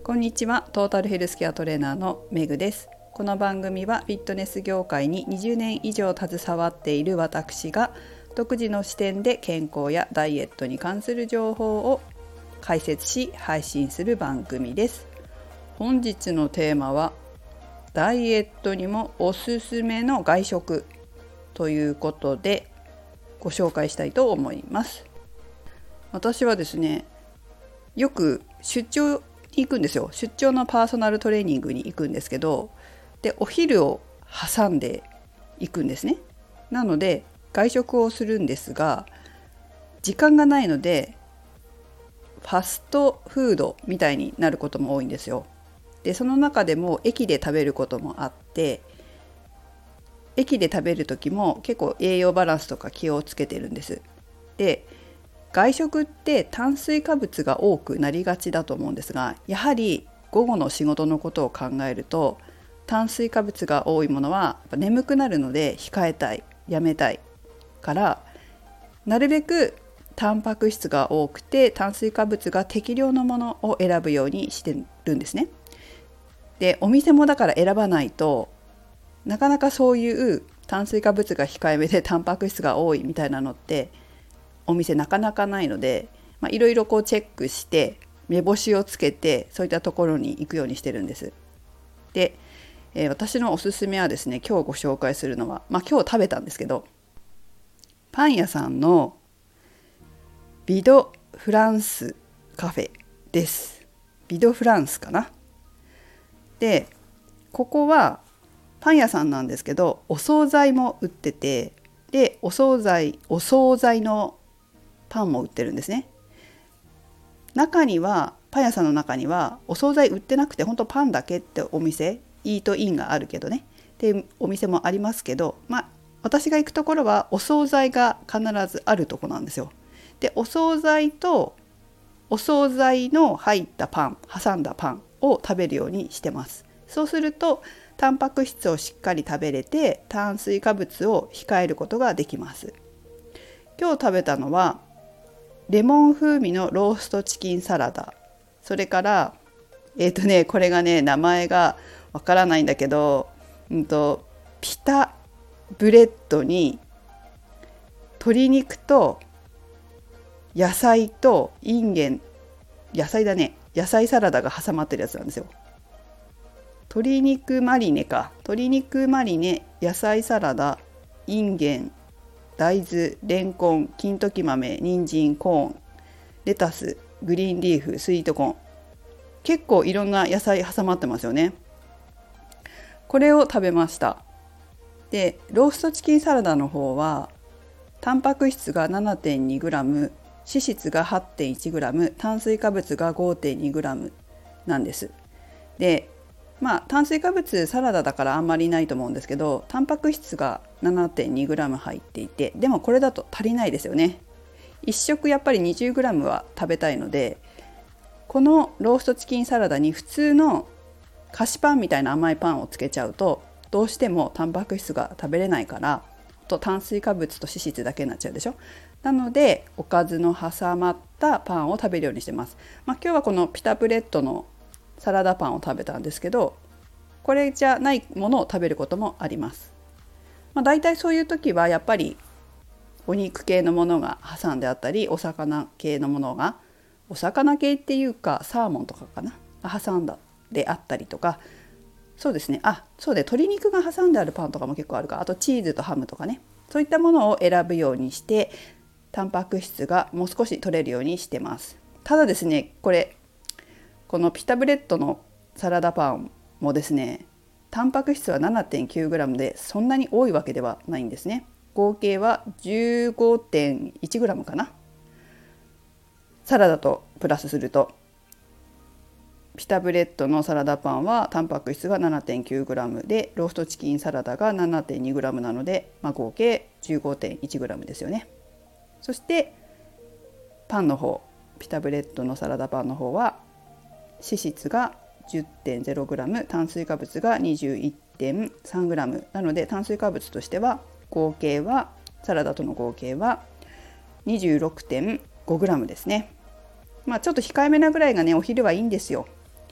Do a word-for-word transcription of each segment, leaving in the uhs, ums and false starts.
こんにちは。トータルヘルスケアトレーナーのめぐです。この番組はフィットネス業界ににじゅうねん以上携わっている私が独自の視点で健康やダイエットに関する情報を解説し配信する番組です。本日のテーマはダイエットにもおすすめの外食ということでご紹介したいと思います。私はですね、よく出張に行くんですよ。出張のパーソナルトレーニングに行くんですけど、でお昼を挟んで行くんですね。なので外食をするんですが、時間がないのでファストフードみたいになることも多いんですよ。でその中でも駅で食べることもあって、駅で食べる時も結構栄養バランスとか気をつけてるんです。で外食って炭水化物が多くなりがちだと思うんですが、やはり午後の仕事のことを考えると炭水化物が多いものはやっぱ眠くなるので控えたい、やめたいから、なるべくタンパク質が多くて炭水化物が適量のものを選ぶようにしてるんですね。でお店もだから選ばないとなかなかそういう炭水化物が控えめでタンパク質が多いみたいなのってお店なかなかないので、いろいろこうチェックして目星をつけてそういったところに行くようにしてるんです。で、えー、私のおすすめはですね、今日ご紹介するのは、まあ、今日食べたんですけど、パン屋さんのビドフランスカフェです。ビドフランスかな。でここはパン屋さんなんですけど、お惣菜も売ってて、でお惣菜お惣菜のパンも売ってるんですね。中にはパン屋さんの中にはお惣菜売ってなくて本当パンだけってお店、イートインがあるけどねってお店もありますけど、まあ私が行くところはお惣菜が必ずあるとこなんですよ。でお惣菜とお惣菜の入ったパン、挟んだパンを食べるようにしてます。そうするとタンパク質をしっかり食べれて炭水化物を控えることができます。今日食べたのはレモン風味のローストチキンサラダ、それからえっとねこれがね名前がわからないんだけど、うんとピタブレッドに鶏肉と野菜とインゲン、野菜だね野菜サラダが挟まってるやつなんですよ。鶏肉マリネか鶏肉マリネ、野菜サラダ、インゲン、大豆、レンコン、金時豆、人参、コーン、レタス、グリーンリーフ、スイートコーン、結構いろんな野菜挟まってますよね。これを食べました。でローストチキンサラダの方はタンパク質が ななてんにグラム、 脂質が はちてんいちグラム、 炭水化物が ごてんにグラム なんです。でまあ炭水化物サラダだからあんまりないと思うんですけど、タンパク質が ななてんにグラム 入っていて、でもこれだと足りないですよね。一食やっぱり にじゅうグラム は食べたいので、このローストチキンサラダに普通の菓子パンみたいな甘いパンをつけちゃうとどうしてもタンパク質が食べれないから、と炭水化物と脂質だけになっちゃうでしょ。なのでおかずの挟まったパンを食べるようにしてます。まあ、今日はこのピタブレッドのサラダパンを食べたんですけど、これじゃないものを食べることもあります。まあ、だいたいそういう時はやっぱりお肉系のものが挟んであったり、お魚系のものが、お魚系っていうかサーモンとかかな、挟んだであったりとか、そうですね、あそうで鶏肉が挟んであるパンとかも結構あるから、あとチーズとハムとかね、そういったものを選ぶようにしてタンパク質がもう少し取れるようにしてます。ただですね、これこのピタブレッドのサラダパンもですね、タンパク質は ななてんきゅうグラム でそんなに多いわけではないんですね。合計は じゅうごてんいちグラム かな。サラダとプラスするとピタブレッドのサラダパンはタンパク質が ななてんきゅうグラム で、ローストチキンサラダが ななてんにグラム なので、まあ、合計 じゅうごてんいちグラム ですよね。そしてパンの方、ピタブレッドのサラダパンの方は脂質が じゅってんゼログラム、 炭水化物が にじゅういってんさんグラム なので、炭水化物としては合計はサラダとの合計は にじゅうろくてんごグラム ですね。まあちょっと控えめなぐらいがねお昼はいいんですよ。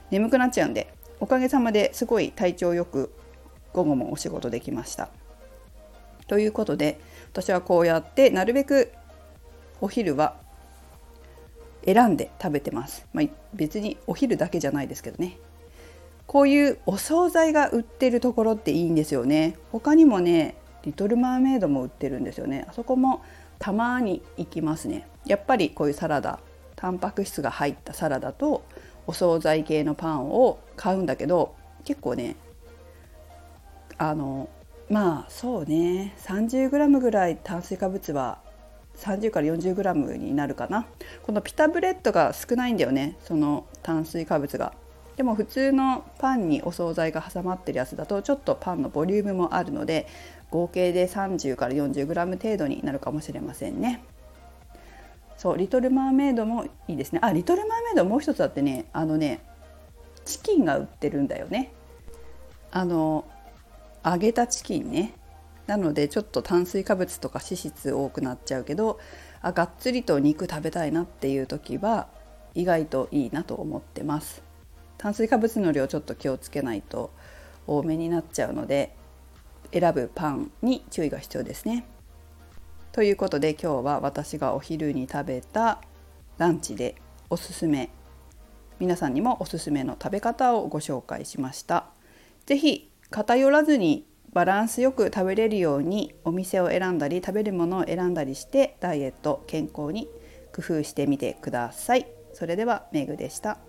眠くなっちゃうんで、おかげさまですごい体調よく午後もお仕事できました。ということで、私はこうやってなるべくお昼は選んで食べてます。まあ、別にお昼だけじゃないですけどね。こういうお惣菜が売ってるところっていいんですよね。他にもね、リトルマーメイドも売ってるんですよね。あそこもたまに行きますね。やっぱりこういうサラダ、タンパク質が入ったサラダとお惣菜系のパンを買うんだけど、結構ね、あのまあそうね さんじゅうグラム ぐらい炭水化物はさんじゅうから よんじゅうグラム になるかな。このピタブレッドが少ないんだよね、その炭水化物が。でも普通のパンにお惣菜が挟まってるやつだとちょっとパンのボリュームもあるので、合計でさんじゅうから よんじゅうグラム 程度になるかもしれませんね。そう、リトルマーメイドもいいですね。あ、リトルマーメイドもう一つあってね、あのねチキンが売ってるんだよね。あの揚げたチキンね。なのでちょっと炭水化物とか脂質多くなっちゃうけど、あがっつりと肉食べたいなっていう時は意外といいなと思ってます。炭水化物の量ちょっと気をつけないと多めになっちゃうので、選ぶパンに注意が必要ですね。ということで今日は私がお昼に食べたランチでおすすめ、皆さんにもおすすめの食べ方をご紹介しました。ぜひ偏らずにバランスよく食べれるようにお店を選んだり食べるものを選んだりしてダイエット健康に工夫してみてください。それではメグでした。